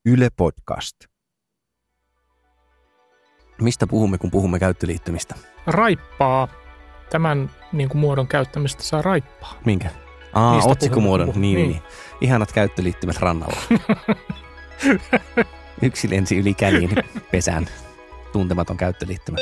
Yle Podcast. Mistä puhumme, kun puhumme käyttöliittymistä? Raippaa. Tämän muodon käyttämistä saa raippaa. Minkä? Otsikkomuodon. Niin. Ihanat käyttöliittymät rannalla. Yksi lensi yli käliin pesään. Tuntematon käyttöliittymä.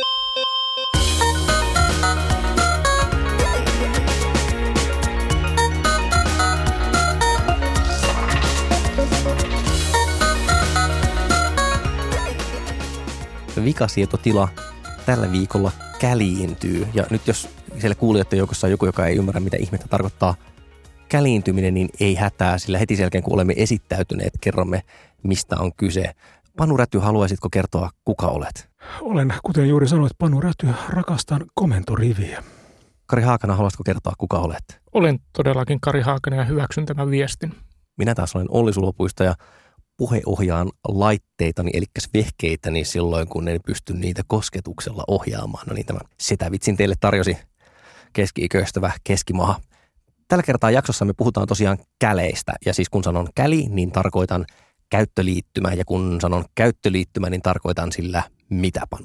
Vikasietotila tällä viikolla käliintyy. Ja nyt jos siellä kuulijoiden joukossa on joku, joka ei ymmärrä, mitä ihmettä tarkoittaa käliintyminen, niin ei hätää, sillä heti sen jälkeen, kun olemme esittäytyneet, kerromme, mistä on kyse. Panu Räty, haluaisitko kertoa, kuka olet? Olen, kuten juuri sanoit, Panu Räty, rakastan komentoriviä. Kari Haakana, haluaisitko kertoa, kuka olet? Olen todellakin Kari Haakana ja hyväksyn tämän viestin. Minä taas olen Olli Sulopuisto ja puheohjaan laitteitani, eli vehkeitäni silloin, kun en pysty niitä kosketuksella ohjaamaan. No niin, tämä setävitsin teille tarjosi keski-iköistävä keskimaha. Tällä kertaa jaksossa me puhutaan tosiaan käleistä. Ja siis kun sanon käli, niin tarkoitan käyttöliittymä. Ja kun sanon käyttöliittymä, niin tarkoitan sillä mitä, Panu?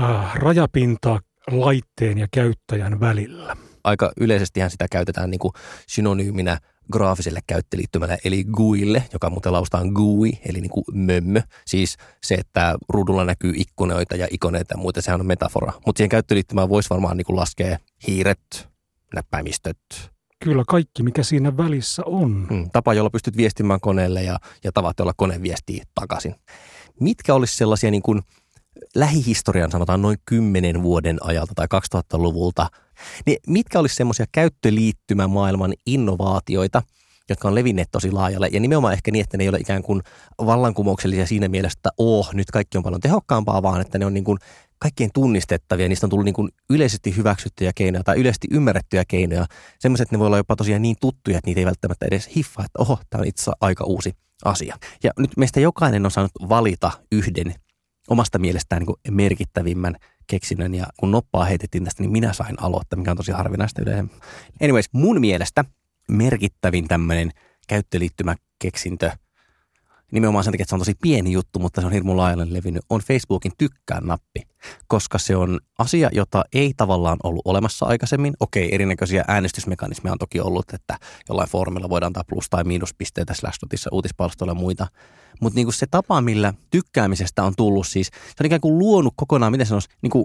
Rajapinta laitteen ja käyttäjän välillä. Aika yleisestihän sitä käytetään niin kuin synonyyminä graafiselle käyttöliittymälle, eli GUIlle, joka muuten laustaan GUI, eli niin kuin mömmö. Siis se, että ruudulla näkyy ikkunoita ja ikoneita ja muita, sehän on metafora. Mutta siihen käyttöliittymään voisi varmaan niin kuin laskea hiiret, näppäimistöt. Kyllä kaikki, mikä siinä välissä on. Tapa, jolla pystyt viestimään koneelle ja tavat, jolla kone viestii takaisin. Mitkä olisi sellaisia niin kuin lähihistorian, sanotaan noin 10 vuoden ajalta tai 2000-luvulta, niin mitkä olisi semmoisia käyttöliittymämaailman innovaatioita, jotka on levinneet tosi laajalle, ja nimenomaan ehkä niin, että ne ei ole ikään kuin vallankumouksellisia siinä mielessä, että nyt kaikki on paljon tehokkaampaa, vaan että ne on niin kuin kaikkein tunnistettavia, niistä on tullut niin kuin yleisesti hyväksyttyjä keinoja tai yleisesti ymmärrettyjä keinoja, semmoiset, että ne voi olla jopa tosiaan niin tuttuja, että niitä ei välttämättä edes hiffaa, että tämä on itse aika uusi asia. Ja nyt meistä jokainen on saanut valita yhden omasta mielestään niin kuin merkittävimmän keksinnön, ja kun noppaa heitettiin tästä, niin minä sain aloittaa, mikä on tosi harvinaista yleensä. Anyways, mun mielestä merkittävin tämmöinen käyttöliittymäkeksintö, nimenomaan sen takia, että se on tosi pieni juttu, mutta se on hirmu laajalle levinnyt, on Facebookin tykkää-nappi, koska se on asia, jota ei tavallaan ollut olemassa aikaisemmin. Okei, erinäköisiä äänestysmekanismeja on toki ollut, että jollain foorumilla voidaan antaa plus- tai miinuspisteitä Slashdotissa, uutispalstoilla ja muita. Mutta niinku se tapa, millä tykkäämisestä on tullut siis, se on ikään kuin luonut kokonaan, miten sanoisi, niinku,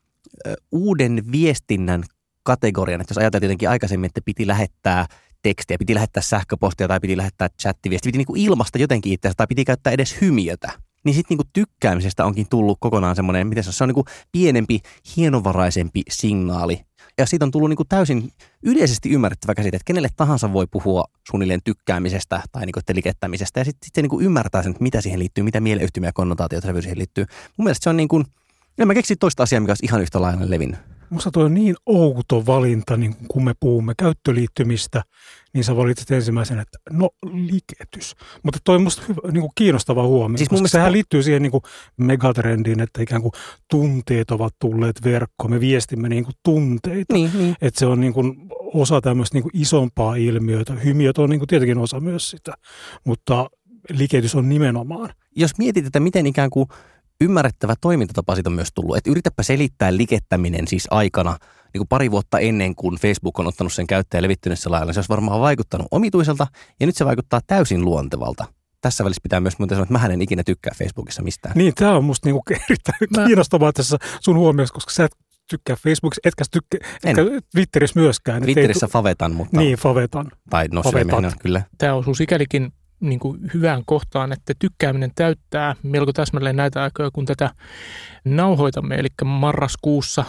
uuden viestinnän kategorian. Että jos ajateltiin jotenkin aikaisemmin, että piti lähettää tekstiä, piti lähettää sähköpostia tai piti lähettää chattiviestiä, piti niinku ilmaista jotenkin itseänsä tai piti käyttää edes hymiötä. Niin sitten niinku tykkäämisestä onkin tullut kokonaan semmoinen, miten se on niinku pienempi, hienovaraisempi signaali. Ja siitä on tullut niinku täysin yleisesti ymmärrettävä käsite, että kenelle tahansa voi puhua suunnilleen tykkäämisestä tai niinku likettämisestä. Ja sitten se niinku ymmärtää sen, että mitä siihen liittyy, mitä mieleyhtymiä ja konnotaatioita siihen liittyy. Mun mielestä se on niin kuin, en mä keksi toista asiaa, mikä olisi ihan yhtä lailla levinnyt. Musta toi on niin outo valinta, niin kun me puhumme käyttöliittymistä, niin sä valitset ensimmäisen, että liketys. Mutta toi on musta niin kuin kiinnostava huomio, siis koska sehän liittyy siihen niin kuin megatrendiin, että ikään kuin tunteet ovat tulleet verkkoon. Me viestimme niin kuin tunteita, niin. Että se on niin kuin osa tämmöistä niin kuin isompaa ilmiötä. Hymiöt on niin kuin tietenkin osa myös sitä, mutta liketys on nimenomaan. Jos mietit, että miten ikään kuin ymmärrettävä toimintatapa siitä on myös tullut. Että yritäpä selittää likettäminen siis aikana, niin kuin pari vuotta ennen kuin Facebook on ottanut sen käyttöön ja levittynyt se lailla. Se olisi varmaan vaikuttanut omituiselta ja nyt se vaikuttaa täysin luontevalta. Tässä välissä pitää myös muuten sanoa, että mähän en ikinä tykkää Facebookissa mistään. Niin, tämä on musta niinku erittäin kiinnostavaa tässä sun huomiossa, koska sä et tykkää Facebookissa, etkä Twitterissä myöskään. Twitterissä favetan, mutta... Niin, favetan. Tai syöminen, kyllä. Tämä osuu sikälikin niin kuin hyvään kohtaan, että tykkääminen täyttää melko täsmälleen näitä aikoja, kun tätä nauhoitamme, eli marraskuussa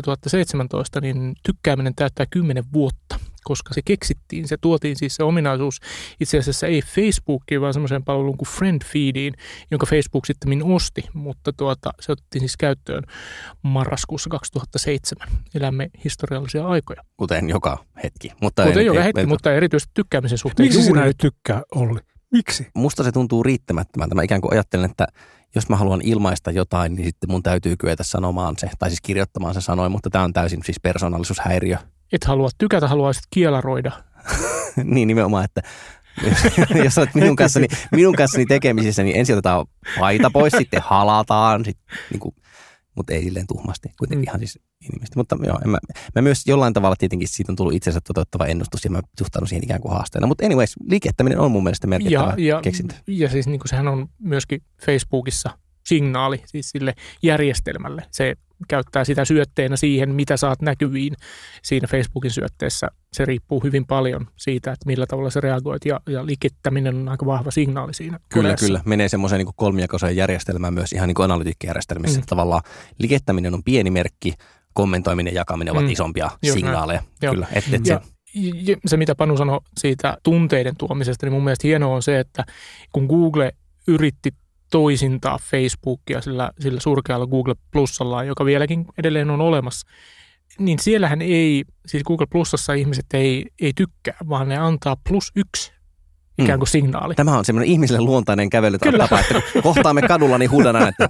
2017, niin tykkääminen täyttää 10 vuotta, koska se keksittiin, se tuotiin siis se ominaisuus itse asiassa ei Facebookiin, vaan semmoiseen palveluun kuin Friendfeediin, jonka Facebook sitten osti, mutta se otettiin siis käyttöön marraskuussa 2007. Elämme historiallisia aikoja. Kuten joka hetki. Mutta erityisesti tykkäämisen suhteen. Miksi sinä ei tykkää, Olli? Miksi? Musta se tuntuu riittämättömältä. Mä ikään kuin ajattelen, että jos mä haluan ilmaista jotain, niin sitten mun täytyy kyetä sanomaan se, tai siis kirjoittamaan se sanoin, mutta tämä on täysin siis persoonallisuushäiriö. Et halua tykätä, haluaisit kielaroida. Niin nimenomaan, että Jos olet minun kanssani tekemisissä, niin ensin otetaan paita pois, sitten halataan, mutta ei silleen tuhmasti, kuitenkin ihan siis inhimillisesti. Mutta joo, mä myös jollain tavalla tietenkin siitä on tullut itsensä toteuttava ennustus ja mä suhtaudun siihen ikään kuin haasteena. Mutta anyways, liikehtäminen on mun mielestä merkittävä keksintö. Ja siis niin kuin sehän on myöskin Facebookissa signaali siis sille järjestelmälle. Se käyttää sitä syötteenä siihen, mitä saat näkyviin siinä Facebookin syötteessä. Se riippuu hyvin paljon siitä, että millä tavalla sä reagoit ja liikettäminen on aika vahva signaali siinä. Kyllä. Menee semmoiseen niin kuin kolmijakoiseen järjestelmään myös ihan niin kuin analytiikkajärjestelmissä. Tavallaan liikettäminen on pieni merkki, kommentoiminen ja jakaminen ovat isompia signaaleja. Kyllä, se, mitä Panu sanoi siitä tunteiden tuomisesta, niin mun mielestä hienoa on se, että kun Google yritti toisintaa Facebookia sillä surkealla Google Plusalla, joka vieläkin edelleen on olemassa, niin siellähän ei, siis Google Plusassa ihmiset ei tykkää, vaan ne antaa +1 ikään kuin signaali. Tämä on semmoinen ihmiselle luontainen kävelytapa, että kun kohtaamme kadulla, niin huudan että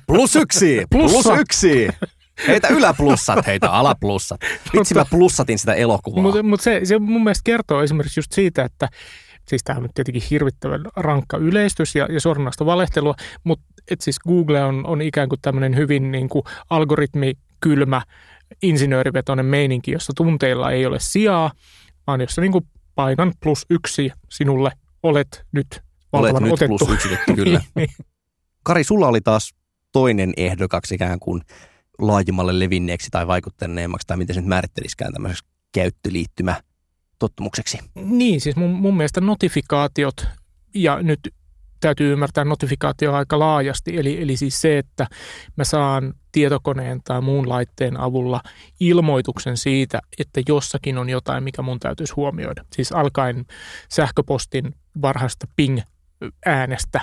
+1! Heitä yläplussat, heitä alaplussat. Vitsi mä plussatin sitä elokuvaa. Mutta se mun mielestä kertoo esimerkiksi just siitä, että siis tämä on nyt tietenkin hirvittävän rankka yleistys ja suoranaista valehtelua, mutta siis Google on ikään kuin tämmöinen hyvin niin kuin algoritmikylmä, insinöörivetoinen meininki, jossa tunteilla ei ole sijaa, vaan jossa niin kuin painan +1 sinulle olet nyt valtavan otettu. Olet nyt +1, kyllä. Kari, sulla oli taas toinen ehdokaksi ikään kuin laajemmalle levinneeksi tai vaikuttaneemmaksi, tai miten se nyt määrittelisikään tämmöiseksi käyttöliittymä-tottumukseksi. Niin, siis mun mielestä notifikaatiot, ja nyt täytyy ymmärtää notifikaatio aika laajasti, eli siis se, että mä saan tietokoneen tai muun laitteen avulla ilmoituksen siitä, että jossakin on jotain, mikä mun täytyisi huomioida. Siis alkaen sähköpostin varhaista ping-äänestä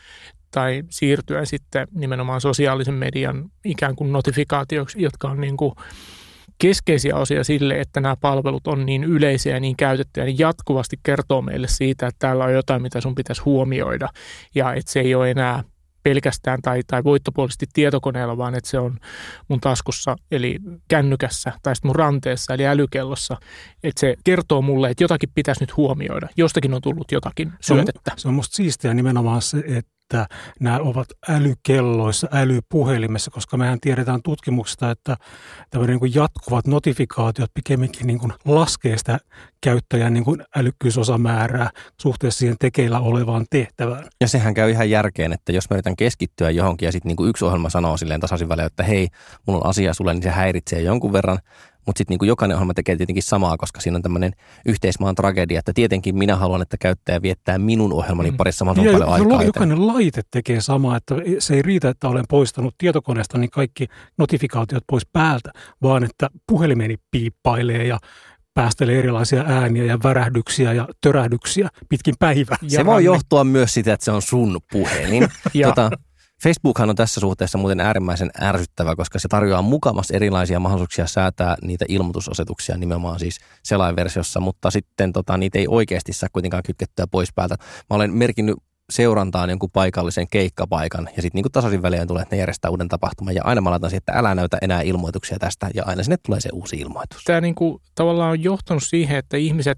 tai siirtyen sitten nimenomaan sosiaalisen median ikään kuin notifikaatioiksi, jotka on niin kuin keskeisiä osia sille, että nämä palvelut on niin yleisiä ja niin käytettyjä, niin jatkuvasti kertoo meille siitä, että täällä on jotain, mitä sun pitäisi huomioida ja että se ei ole enää pelkästään tai voittopuolisesti tietokoneella, vaan että se on mun taskussa eli kännykässä tai sitten mun ranteessa eli älykellossa, että se kertoo mulle, että jotakin pitäisi nyt huomioida. Jostakin on tullut jotakin syötettä. Se on musta siistiä nimenomaan se, että nämä ovat älykelloissa, älypuhelimessa, koska mehän tiedetään tutkimuksesta, että tämmöinen niin kuin jatkuvat notifikaatiot pikemminkin niin kuin laskee sitä käyttäjän niin kuin älykkyysosamäärää suhteessa siihen tekeillä olevaan tehtävään. Ja sehän käy ihan järkeen, että jos mä yritän keskittyä johonkin ja sitten niin kuin yksi ohjelma sanoo silleen tasaisin välein, että hei, mulla on asia sulle, niin se häiritsee jonkun verran. Mutta sitten niin jokainen ohjelma tekee tietenkin samaa, koska siinä on tämmöinen yhteismaan tragedia, että tietenkin minä haluan, että käyttäjä viettää minun ohjelmani parissa mahdollisimman paljon aikaa. Jokainen laite tekee samaa, että se ei riitä, että olen poistanut tietokoneesta niin kaikki notifikaatiot pois päältä, vaan että puhelimeni piippailee ja päästelee erilaisia ääniä ja värähdyksiä ja törähdyksiä pitkin päivää. Se voi johtua myös sitä, että se on sun puhelin. Facebookhan on tässä suhteessa muuten äärimmäisen ärsyttävä, koska se tarjoaa mukavasti erilaisia mahdollisuuksia säätää niitä ilmoitusasetuksia nimenomaan siis selainversiossa, mutta sitten niitä ei oikeasti saa kuitenkaan kytkettyä pois päältä. Mä olen merkinnyt seurantaan jonkun paikallisen keikkapaikan ja sitten niin tasaisin välein tulee, että ne järjestää uuden tapahtuman ja aina mä laitan siihen, että älä näytä enää ilmoituksia tästä ja aina sinne tulee se uusi ilmoitus. Tämä niin kuin tavallaan on johtanut siihen, että ihmiset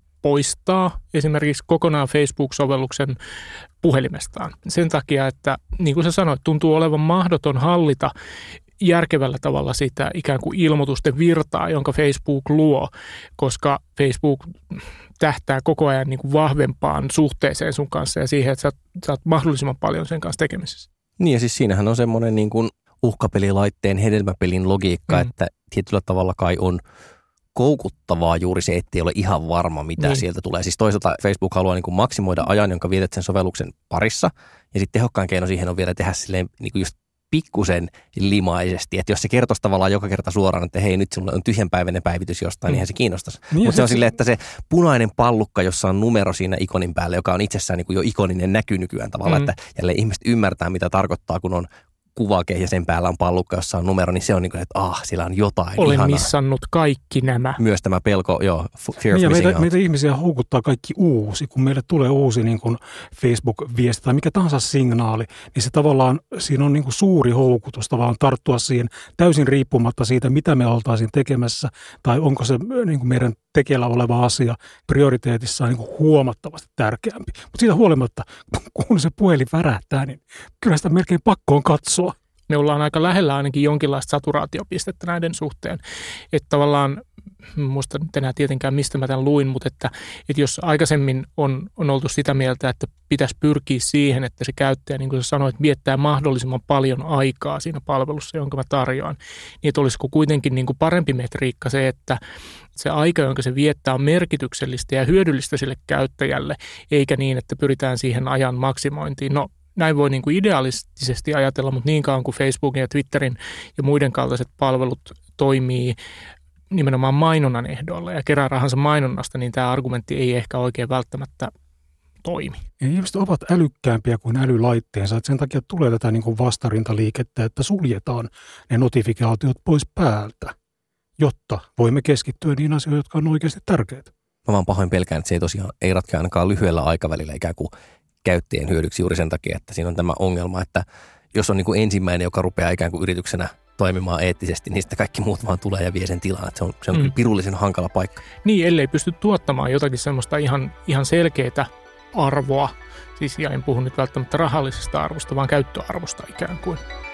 poistaa esimerkiksi kokonaan Facebook-sovelluksen puhelimestaan. Sen takia, että niin kuin sä sanoit, tuntuu olevan mahdoton hallita järkevällä tavalla sitä ikään kuin ilmoitusten virtaa, jonka Facebook luo, koska Facebook tähtää koko ajan niin kuin vahvempaan suhteeseen sun kanssa ja siihen, että sä oot mahdollisimman paljon sen kanssa tekemisissä. Niin ja siis siinähän on semmoinen niin kuin uhkapelilaitteen hedelmäpelin logiikka, että tietyllä tavalla kai on koukuttavaa juuri se, ettei ole ihan varma, mitä sieltä tulee. Siis toisaalta Facebook haluaa niin kuin maksimoida ajan, jonka vietät sen sovelluksen parissa. Ja sitten tehokkaan keino siihen on vielä tehdä silleen niin kuin just pikkusen limaisesti. Että jos se kertoisi tavallaan joka kerta suoraan, että hei, nyt sinulla on tyhjänpäiväinen päivitys jostain, niin eihän se kiinnostaisi. Mutta se on silleen, että se punainen pallukka, jossa on numero siinä ikonin päällä, joka on itsessään niin kuin jo ikoninen näky nykyään tavallaan, että jälleen ihmiset ymmärtää, mitä tarkoittaa, kun on kuvake ja sen päällä on pallukka, jossa on numero, niin se on niin kuin, että sillä on jotain olen ihanaa. Missannut kaikki nämä. Myös tämä pelko, fear of missing out. Meitä ihmisiä houkuttaa kaikki uusi, kun meille tulee uusi niin kuin Facebook-viesti tai mikä tahansa signaali, niin se tavallaan, siinä on niin kuin suuri houkutus tavallaan tarttua siihen täysin riippumatta siitä, mitä me oltaisiin tekemässä, tai onko se niin kuin meidän tekeillä oleva asia prioriteetissa on niin kuin huomattavasti tärkeämpi. Mutta siitä huolimatta, kun se puhelin värähtää, niin kyllä sitä melkein pakko on katsoa. Me ollaan aika lähellä ainakin jonkinlaista saturaatiopistettä näiden suhteen. Että tavallaan, muista nyt enää tietenkään mistä mä tämän luin, mutta että jos aikaisemmin on oltu sitä mieltä, että pitäisi pyrkiä siihen, että se käyttäjä, niin kuin sä sanoit, viettää mahdollisimman paljon aikaa siinä palvelussa, jonka mä tarjoan, niin että olisiko kuitenkin niin kuin parempi metriikka se, että se aika, jonka se viettää, on merkityksellistä ja hyödyllistä sille käyttäjälle, eikä niin, että pyritään siihen ajan maksimointiin. No, näin voi niin kuin idealistisesti ajatella, mutta niin kauan kuin Facebookin ja Twitterin ja muiden kaltaiset palvelut toimii nimenomaan mainonnan ehdoilla ja kerää rahansa mainonnasta, niin tämä argumentti ei ehkä oikein välttämättä toimi. Ja ihmiset ovat älykkäämpiä kuin älylaitteensa, että sen takia tulee tätä niin kuin vastarintaliikettä, että suljetaan ne notifikaatiot pois päältä, jotta voimme keskittyä niin asioihin, jotka on oikeasti tärkeitä. Mä vaan pahoin pelkään, että se ei ratkea ainakaan lyhyellä aikavälillä ikään kuin käyttäjien hyödyksi juuri sen takia, että siinä on tämä ongelma, että jos on niin kuin ensimmäinen, joka rupeaa ikään kuin yrityksenä toimimaan eettisesti, niin sitten kaikki muut vaan tulee ja vie sen tilaan. Että se on kyllä pirullisen hankala paikka. Niin, ellei pysty tuottamaan jotakin semmoista ihan selkeää arvoa, siis ja en puhu nyt välttämättä rahallisesta arvosta, vaan käyttöarvosta ikään kuin.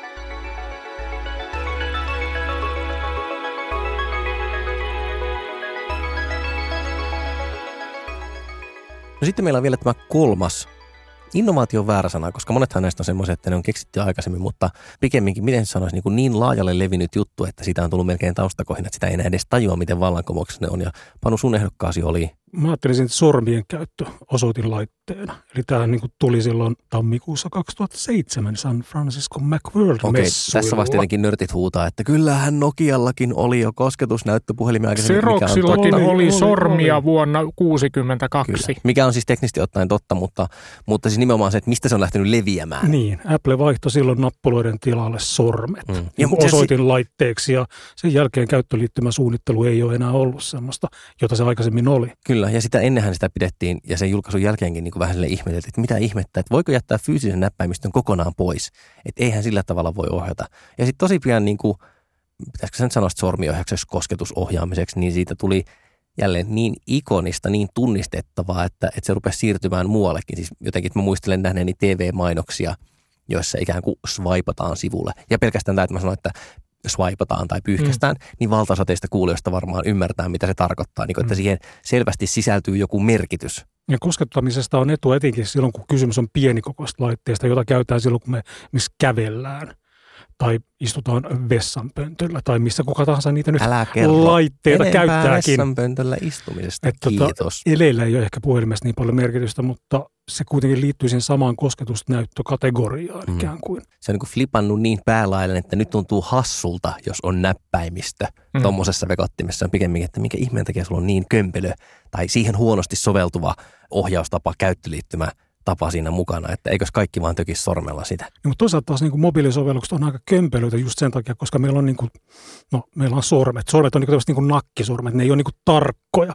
No sitten meillä on vielä tämä kolmas. Innovaatio on väärä sana, koska monethan näistä on semmoisia, että ne on keksitty aikaisemmin, mutta pikemminkin, miten se sanoisi, niin laajalle levinnyt juttu, että siitä on tullut melkein taustakohin, että sitä ei enää edes tajua, miten vallankumouksessa ne on. Ja Panu, sun ehdokkaasi oli? Mä ajattelin, että sormien käyttö osoitinlaitteena. Eli tämä niin kuin tuli silloin tammikuussa 2007 San Francisco Macworld-messuilla. Okei, tässä vasta tietenkin nörtit huutaa, että kyllähän Nokiallakin oli jo kosketusnäyttöpuhelimia aikaisemmin. Xeroxillakin oli sormia vuonna 1962. Kyllä, mikä on siis teknisesti ottaen totta, mutta siis nimenomaan se, että mistä se on lähtenyt leviämään. Niin, Apple vaihtoi silloin nappuloiden tilalle sormet ja osoitinlaitteeksi ja sen jälkeen käyttöliittymäsuunnittelu ei ole enää ollut semmoista, jota se aikaisemmin oli. Kyllä, ja sitä ennenhän sitä pidettiin, ja sen julkaisun jälkeenkin niin kuin vähän sille ihmeteltiin, että mitä ihmettä, että voiko jättää fyysisen näppäimistön kokonaan pois, että eihän sillä tavalla voi ohjata. Ja sitten tosi pian, niin kuin, pitäisikö sen sanoa sormiohjaukseksi, kosketusohjaamiseksi, niin siitä tuli jälleen niin ikonista, niin tunnistettavaa, että se rupesi siirtymään muuallekin. Siis jotenkin, että mä muistelen nähneeni TV-mainoksia, joissa ikään kuin swipataan sivulle. Ja pelkästään tämä, että mä sanon, että swipataan tai pyyhkästään, niin valtaosa teistä kuulijoista varmaan ymmärtää, mitä se tarkoittaa, niin kuin, että siihen selvästi sisältyy joku merkitys. Ja koskettamisesta on etua etenkin silloin, kun kysymys on pienikokoista laitteesta, jota käytetään silloin, kun me missä kävellään tai istutaan vessanpöntöllä tai missä kuka tahansa niitä nyt laitteita käyttääkin. Vessanpöntöllä istumisesta, kiitos. Eleillä ei ole ehkä puhelimessa niin paljon merkitystä, mutta se kuitenkin liittyy siihen samaan kosketusnäyttökategoriaan ikään kuin. Se on niin kuin flipannut niin päälailleen, että nyt tuntuu hassulta, jos on näppäimistö tuommoisessa vekottimessa. On pikemminkin, että minkä ihmeen takia sulla on niin kömpelö tai siihen huonosti soveltuva ohjaustapa, käyttöliittymä tapa siinä mukana, että eikös kaikki vaan tökisi sormella sitä. No, mutta toisaalta taas niin mobiilisovellukset on aika kömpelöitä just sen takia, koska meillä on, meillä on sormet. Sormet on niin kuin nakkisormet, ne ei ole niin kuin tarkkoja.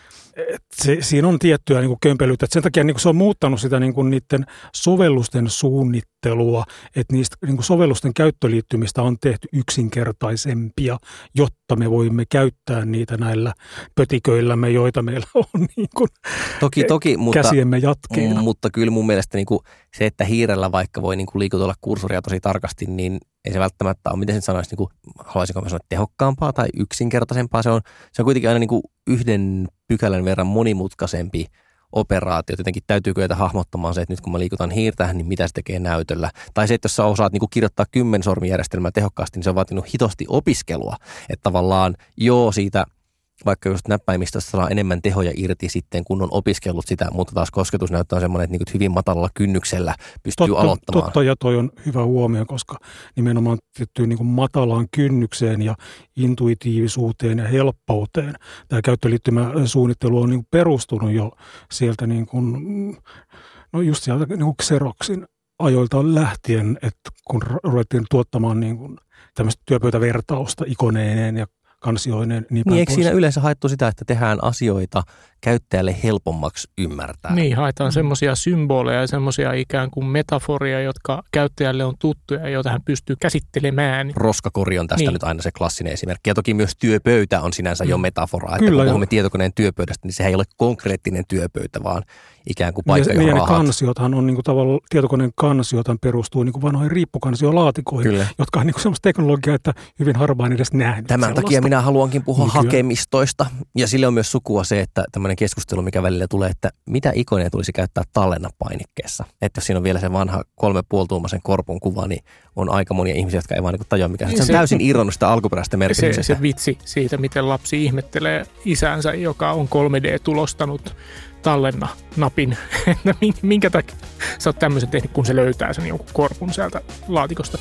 Siinä on tiettyä niin kuin kömpelyyttä. Sen takia niin kuin se on muuttanut sitä niin kuin niiden sovellusten suunnittelua, että niistä niin kuin sovellusten käyttöliittymistä on tehty yksinkertaisempia, jotta me voimme käyttää niitä näillä pötiköillämme, joita meillä on niin kuin toki, käsiemme jatkeena. Mutta kyllä mun mielestä niin kuin se, että hiirellä vaikka voi niin kuin liikutella kursoria tosi tarkasti, niin ei se välttämättä ole, miten sen sanoisi, niin kuin, haluaisinko mä sanoa, tehokkaampaa tai yksinkertaisempaa. Se on kuitenkin aina niin kuin yhden pykälän verran monimutkaisempi operaatio. Jotenkin täytyy kyetä hahmottamaan se, että nyt kun mä liikutan hiirtä, niin mitä se tekee näytöllä. Tai se, että jos sä osaat niin kuin kirjoittaa 10 sormijärjestelmää tehokkaasti, niin se on vaatinut hitosti opiskelua. Että tavallaan siitä vaikka just näppäimistöstä saa enemmän tehoja irti sitten, kun on opiskellut sitä, mutta taas kosketusnäyttö on semmoinen, että niin hyvin matalalla kynnyksellä pystyy aloittamaan. Totta, ja toi on hyvä huomio, koska nimenomaan tiettyyn niin kuin matalaan kynnykseen ja intuitiivisuuteen ja helppouteen tämä käyttöliittymäsuunnittelu on niin kuin perustunut jo sieltä niin kuin, just sieltä niin kuin Xeroxin ajoilta lähtien, että kun ruvettiin tuottamaan niin kuin tämmöistä työpöytävertausta ikoneineen ja kansioineen. Niin eikö siinä yleensä haettu sitä, että tehdään asioita käyttäjälle helpommaksi ymmärtää? Niin, haetaan semmoisia symboleja ja semmoisia ikään kuin metaforia, jotka käyttäjälle on tuttuja ja joita hän pystyy käsittelemään. Roskakori on tästä nyt aina se klassinen esimerkki. Ja toki myös työpöytä on sinänsä jo metafora. Että kun puhumme tietokoneen työpöydästä, niin sehän ei ole konkreettinen työpöytä, vaan ikään kuin paikka, johon rahat. Ja ne kansiothan on niinku tavallaan, tietokoneen kansiothan perustuu niinku vanhoihin riippukansiolaatikoihin, jotka on niinku semmoista teknologiaa, että hyvin harvaan edes nähnyt. Tämän takia minä haluankin puhua hakemistoista. Ja sille on myös sukua se, että tämmöinen keskustelu, mikä välillä tulee, että mitä ikoneja tulisi käyttää tallennapainikkeessa. Että jos siinä on vielä se vanha 3,5-tuumaisen korpun kuva, niin on aika monia ihmisiä, jotka ei vaan tajua mikä. Se on täysin irronnut sitä alkuperäistä merkityksestä. Se vitsi siitä, miten lapsi ihmettelee isänsä, joka on 3D-tulostanut tallenna-napin. Minkä takia sä oot tämmöisen tehnyt, kun se löytää sen jonkun korpun sieltä laatikosta?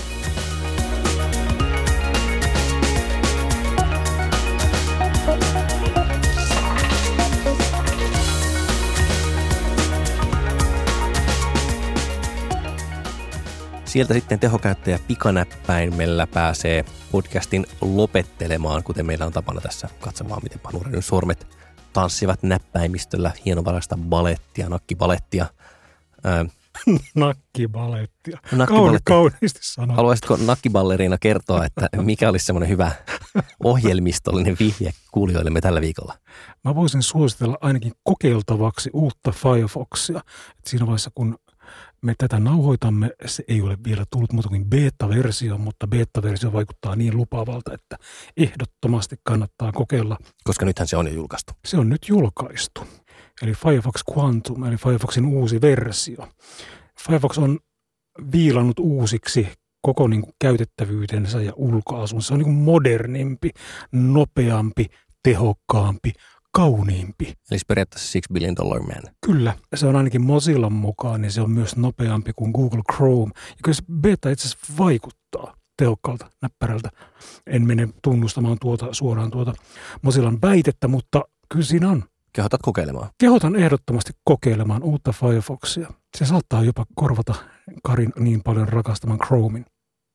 Sieltä sitten tehokäyttäjä pikanäppäimellä pääsee podcastin lopettelemaan, kuten meillä on tapana tässä katsomaan, miten Panureiden sormet tanssivat näppäimistöllä hienovaraista balettia, nakkibalettia. Nakkibalettia. Kauniisti sanoa. Haluaisitko nakkiballeriina kertoa, että mikä olisi semmoinen hyvä ohjelmistollinen vihje kuulijoillemme tällä viikolla? Mä voisin suositella ainakin kokeiltavaksi uutta Firefoxia. Et siinä vaiheessa, kun me tätä nauhoitamme, se ei ole vielä tullut muuta kuin beta-versio, mutta beta-versio vaikuttaa niin lupaavalta, että ehdottomasti kannattaa kokeilla. Koska nythän se on jo julkaistu. Se on nyt julkaistu. Eli Firefox Quantum, eli Firefoxin uusi versio. Firefox on viilannut uusiksi koko niin kuin käytettävyytensä ja ulkoasunsa. Se on niin kuin modernimpi, nopeampi, tehokkaampi, kauniimpi. Eli periaatteessa $6 billion man. Kyllä. Se on ainakin Mozillan mukaan, niin se on myös nopeampi kuin Google Chrome. Ja kyllä se beta itse asiassa vaikuttaa tehokkaalta, näppärältä. En mene tunnustamaan suoraan Mozillan väitettä, mutta kyllä siinä on. Kehotat kokeilemaan? Kehotan ehdottomasti kokeilemaan uutta Firefoxia. Se saattaa jopa korvata Karin niin paljon rakastaman Chromin.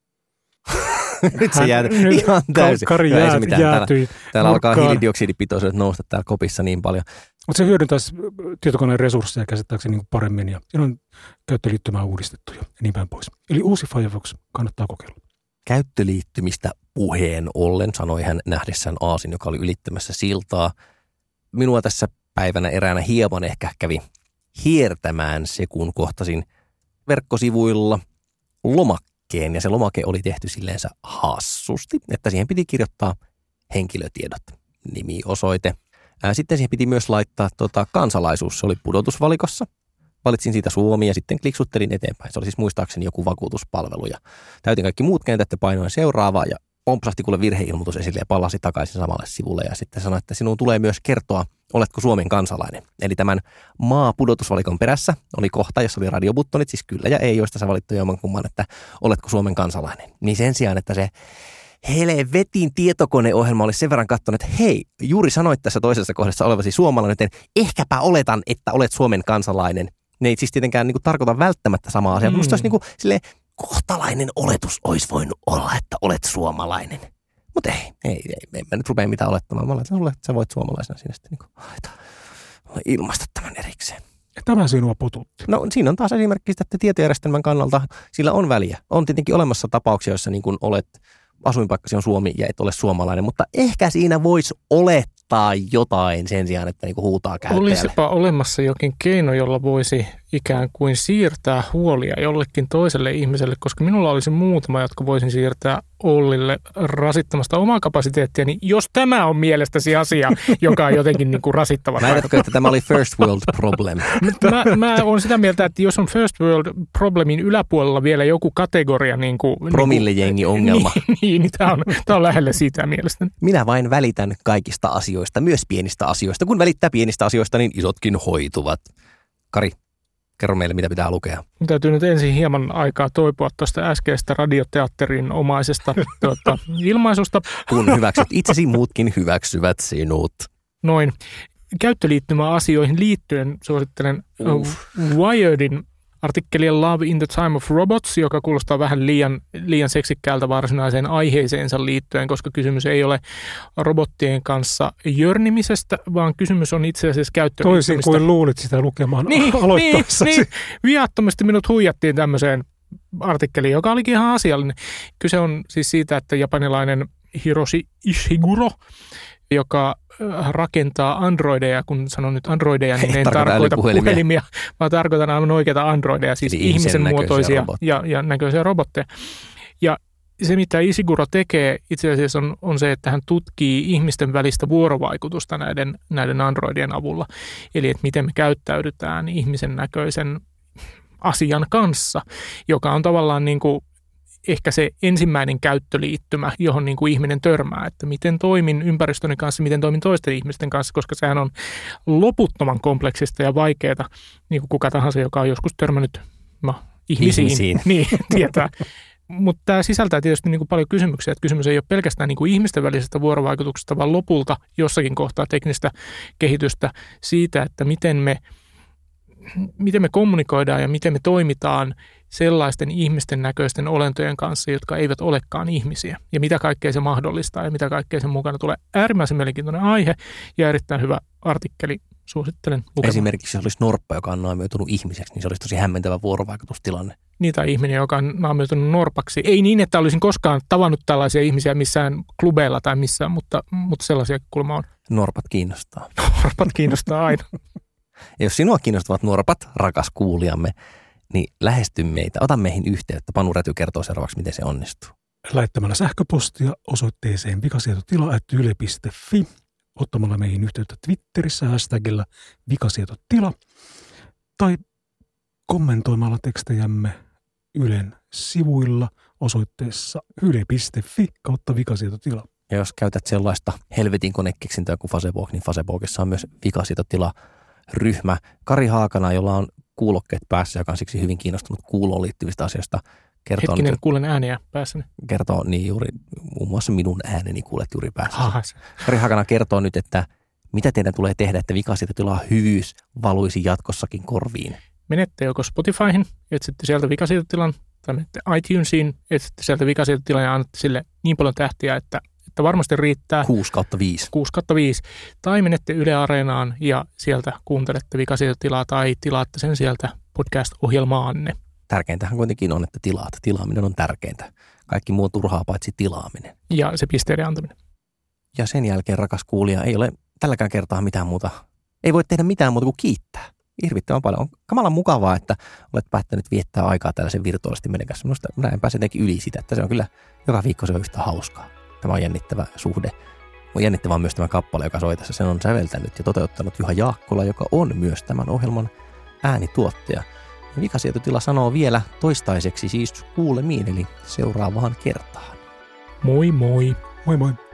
Nyt se jääty ihan täysin. Kari jäätyi. Täällä alkaa hiilidioksidipitoisuudet nousta täällä kopissa niin paljon. Mutta se hyödyntäisi tietokoneen resursseja käsittääkseni niin paremmin ja siinä on käyttöliittymää uudistettu ja niin päin pois. Eli uusi Firefox kannattaa kokeilla. Käyttöliittymistä puheen ollen sanoi hän nähdessään aasin, joka oli ylittämässä siltaa. Minua tässä päivänä eräänä hieman ehkä kävi hiertämään se, kun kohtasin verkkosivuilla lomakkeen. Ja se lomake oli tehty silleensä hassusti, että siihen piti kirjoittaa henkilötiedot, nimi, osoite. Sitten siihen piti myös laittaa kansalaisuus, se oli pudotusvalikossa. Valitsin siitä Suomi ja sitten kliksuttelin eteenpäin. Se oli siis muistaakseni joku vakuutuspalvelu ja täytin kaikki muut kentät ja painoin seuraavaa ja pompsahti kuule virheilmoitus esille ja palasi takaisin samalle sivulle ja sitten sanoi, että sinun tulee myös kertoa, oletko Suomen kansalainen. Eli tämän maa-pudotusvalikon perässä oli kohta, jossa oli radiobuttonit, siis kyllä ja ei, joista sä valittu jommankumman, että oletko Suomen kansalainen. Niin sen sijaan, että se helvetin tietokoneohjelma olisi sen verran katsonut, että hei, juuri sanoit tässä toisessa kohdassa olevasi suomalainen, joten ehkäpä oletan, että olet Suomen kansalainen. Ne ei siis tietenkään niin kuin tarkoita välttämättä samaa asiaa. Minusta olisi niin kuin silleen, kohtalainen oletus olisi voinut olla, että olet suomalainen. Mutta ei, mä nyt rupea mitään olettamaan. Mä oletan sulle, että sä voit suomalaisena sinne sitten niin ilmaista tämän erikseen. Tämä sinua pututti. No siinä on taas esimerkki sitä, että tietojärjestelmän kannalta sillä on väliä. On tietenkin olemassa tapauksia, joissa niin kuin olet, asuinpaikkasi on Suomi ja et ole suomalainen, mutta ehkä siinä voisi olettaa jotain sen sijaan, että niin kuin huutaa käyttäjälle. Olisipa olemassa jokin keino, jolla voisi ikään kuin siirtää huolia jollekin toiselle ihmiselle, koska minulla olisi muutama, jotka voisin siirtää Ollille rasittamasta omaa kapasiteettia, niin jos tämä on mielestäsi asia, joka on jotenkin niin kuin rasittava. Väitätkö, että tämä oli first world problem? Mä olen sitä mieltä, että jos on first world problemin yläpuolella vielä joku kategoria niin kuin promillejengi ongelma. Niin tämä on lähellä sitä mielestäni. Minä vain välitän kaikista asioista, myös pienistä asioista. Kun välittää pienistä asioista, niin isotkin hoituvat. Kari, kerro meille, mitä pitää lukea. Täytyy nyt ensin hieman aikaa toipua tuosta äskeisestä radioteatterin omaisesta ilmaisusta. Kun hyväksyt itsesi, muutkin hyväksyvät sinut. Noin. Käyttöliittymäasioihin liittyen suosittelen Wiredin artikkelia Love in the Time of Robots, joka kuulostaa vähän liian seksikkäältä varsinaiseen aiheeseensa liittyen, koska kysymys ei ole robottien kanssa jörnimisestä, vaan kysymys on itse asiassa käyttöliittymistä. Toisin kuin luulit sitä lukemaan aloittaessasi. Niin, viattomasti minut huijattiin tämmöiseen artikkeliin, joka olikin ihan asiallinen. Kyse on siis siitä, että japanilainen Hiroshi Ishiguro, joka rakentaa androideja, kun sanon nyt androideja, niin en tarkoita puhelimia, vaan tarkoitan aivan oikeita androideja, siis ihmisen muotoisia ja näköisiä robotteja. Ja se, mitä Ishiguro tekee itse asiassa on se, että hän tutkii ihmisten välistä vuorovaikutusta näiden androidien avulla. Eli että miten me käyttäydytään ihmisen näköisen asian kanssa, joka on tavallaan niin kuin ehkä se ensimmäinen käyttöliittymä, johon niin kuin ihminen törmää, että miten toimin ympäristöni kanssa, miten toimin toisten ihmisten kanssa, koska sehän on loputtoman kompleksista ja vaikeaa, niin kuin kuka tahansa, joka on joskus törmännyt ihmisiin. Niin, tietää. Mutta tämä sisältää tietysti niin kuin paljon kysymyksiä, että kysymys ei ole pelkästään niin kuin ihmisten välisestä vuorovaikutuksesta, vaan lopulta jossakin kohtaa teknistä kehitystä siitä, että miten me kommunikoidaan ja miten me toimitaan sellaisten ihmisten näköisten olentojen kanssa, jotka eivät olekaan ihmisiä. Ja mitä kaikkea se mahdollistaa ja mitä kaikkea sen mukana tulee. Äärimmäisen mielenkiintoinen aihe ja erittäin hyvä artikkeli. Suosittelen lukemaan. Esimerkiksi jos olisi norppa, joka on naamioitunut ihmiseksi, niin se olisi tosi hämmentävä vuorovaikutustilanne. Niitä ihminen, joka on naamioitunut norpaksi. Ei niin, että olisin koskaan tavannut tällaisia ihmisiä missään klubeilla tai missään, mutta sellaisia kulma on. Norpat kiinnostaa. Norpat kiinnostaa aina. Ja jos sinua kiinnostavat norpat, rakas kuulijamme, niin lähesty meitä. Ota meihin yhteyttä. Panu Räty kertoo seuraavaksi, miten se onnistuu. Lähettämällä sähköpostia osoitteeseen vikasietotila@yle.fi, ottamalla meihin yhteyttä Twitterissä hashtagillä vikasietotila tai kommentoimalla tekstejämme Ylen sivuilla osoitteessa yle.fi/vikasietotila. Ja jos käytät sellaista helvetin konekeksintöä kuin Facebook, niin Facebookissa on myös vikasietotila-ryhmä. Kari Haakana, jolla on kuulokkeet päässä, joka on siksi hyvin kiinnostunut kuuloon liittyvistä asioista. Hetkinen, kuulen ääniä päässäni. Kertoo niin juuri, muun muassa minun ääneni kuulet juuri päässä. Kari Haakana kertoo nyt, että mitä teidän tulee tehdä, että vikasietotila hyvyys valuisi jatkossakin korviin. Menette joko Spotifyhin, etsitte sieltä vikasietotilan, tai menette iTunesiin, etsitte sieltä vikasietotilan ja annatte sille niin paljon tähtiä, että varmasti riittää 6/5. 6/5. Tai menette Yle Areenaan ja sieltä kuuntelette vikasietotilaa tai tilaatte sen sieltä podcast-ohjelmaanne. Tärkeintähän kuitenkin on, että tilaat. Tilaaminen on tärkeintä. Kaikki muu turhaa paitsi tilaaminen. Ja se pisteiden antaminen. Ja sen jälkeen, rakas kuulija, ei ole tälläkään kertaa mitään muuta. Ei voi tehdä mitään muuta kuin kiittää. Hirvittävän paljon. On kamalan mukavaa, että olet päättänyt viettää aikaa tällaisen virtuaalisesti meidän kanssa. Minusta minä en pääse jotenkin yli sitä, että se on kyllä joka viikko se on yhtä hauskaa. Tämä on jännittävä suhde. On jännittävää myös tämä kappale, joka soi tässä. Sen on säveltänyt ja toteuttanut Juha Jaakkola, joka on myös tämän ohjelman äänituottaja. Vikasietotila sanoo vielä toistaiseksi siis kuulemiin, eli seuraavaan kertaan. Moi moi. Moi moi.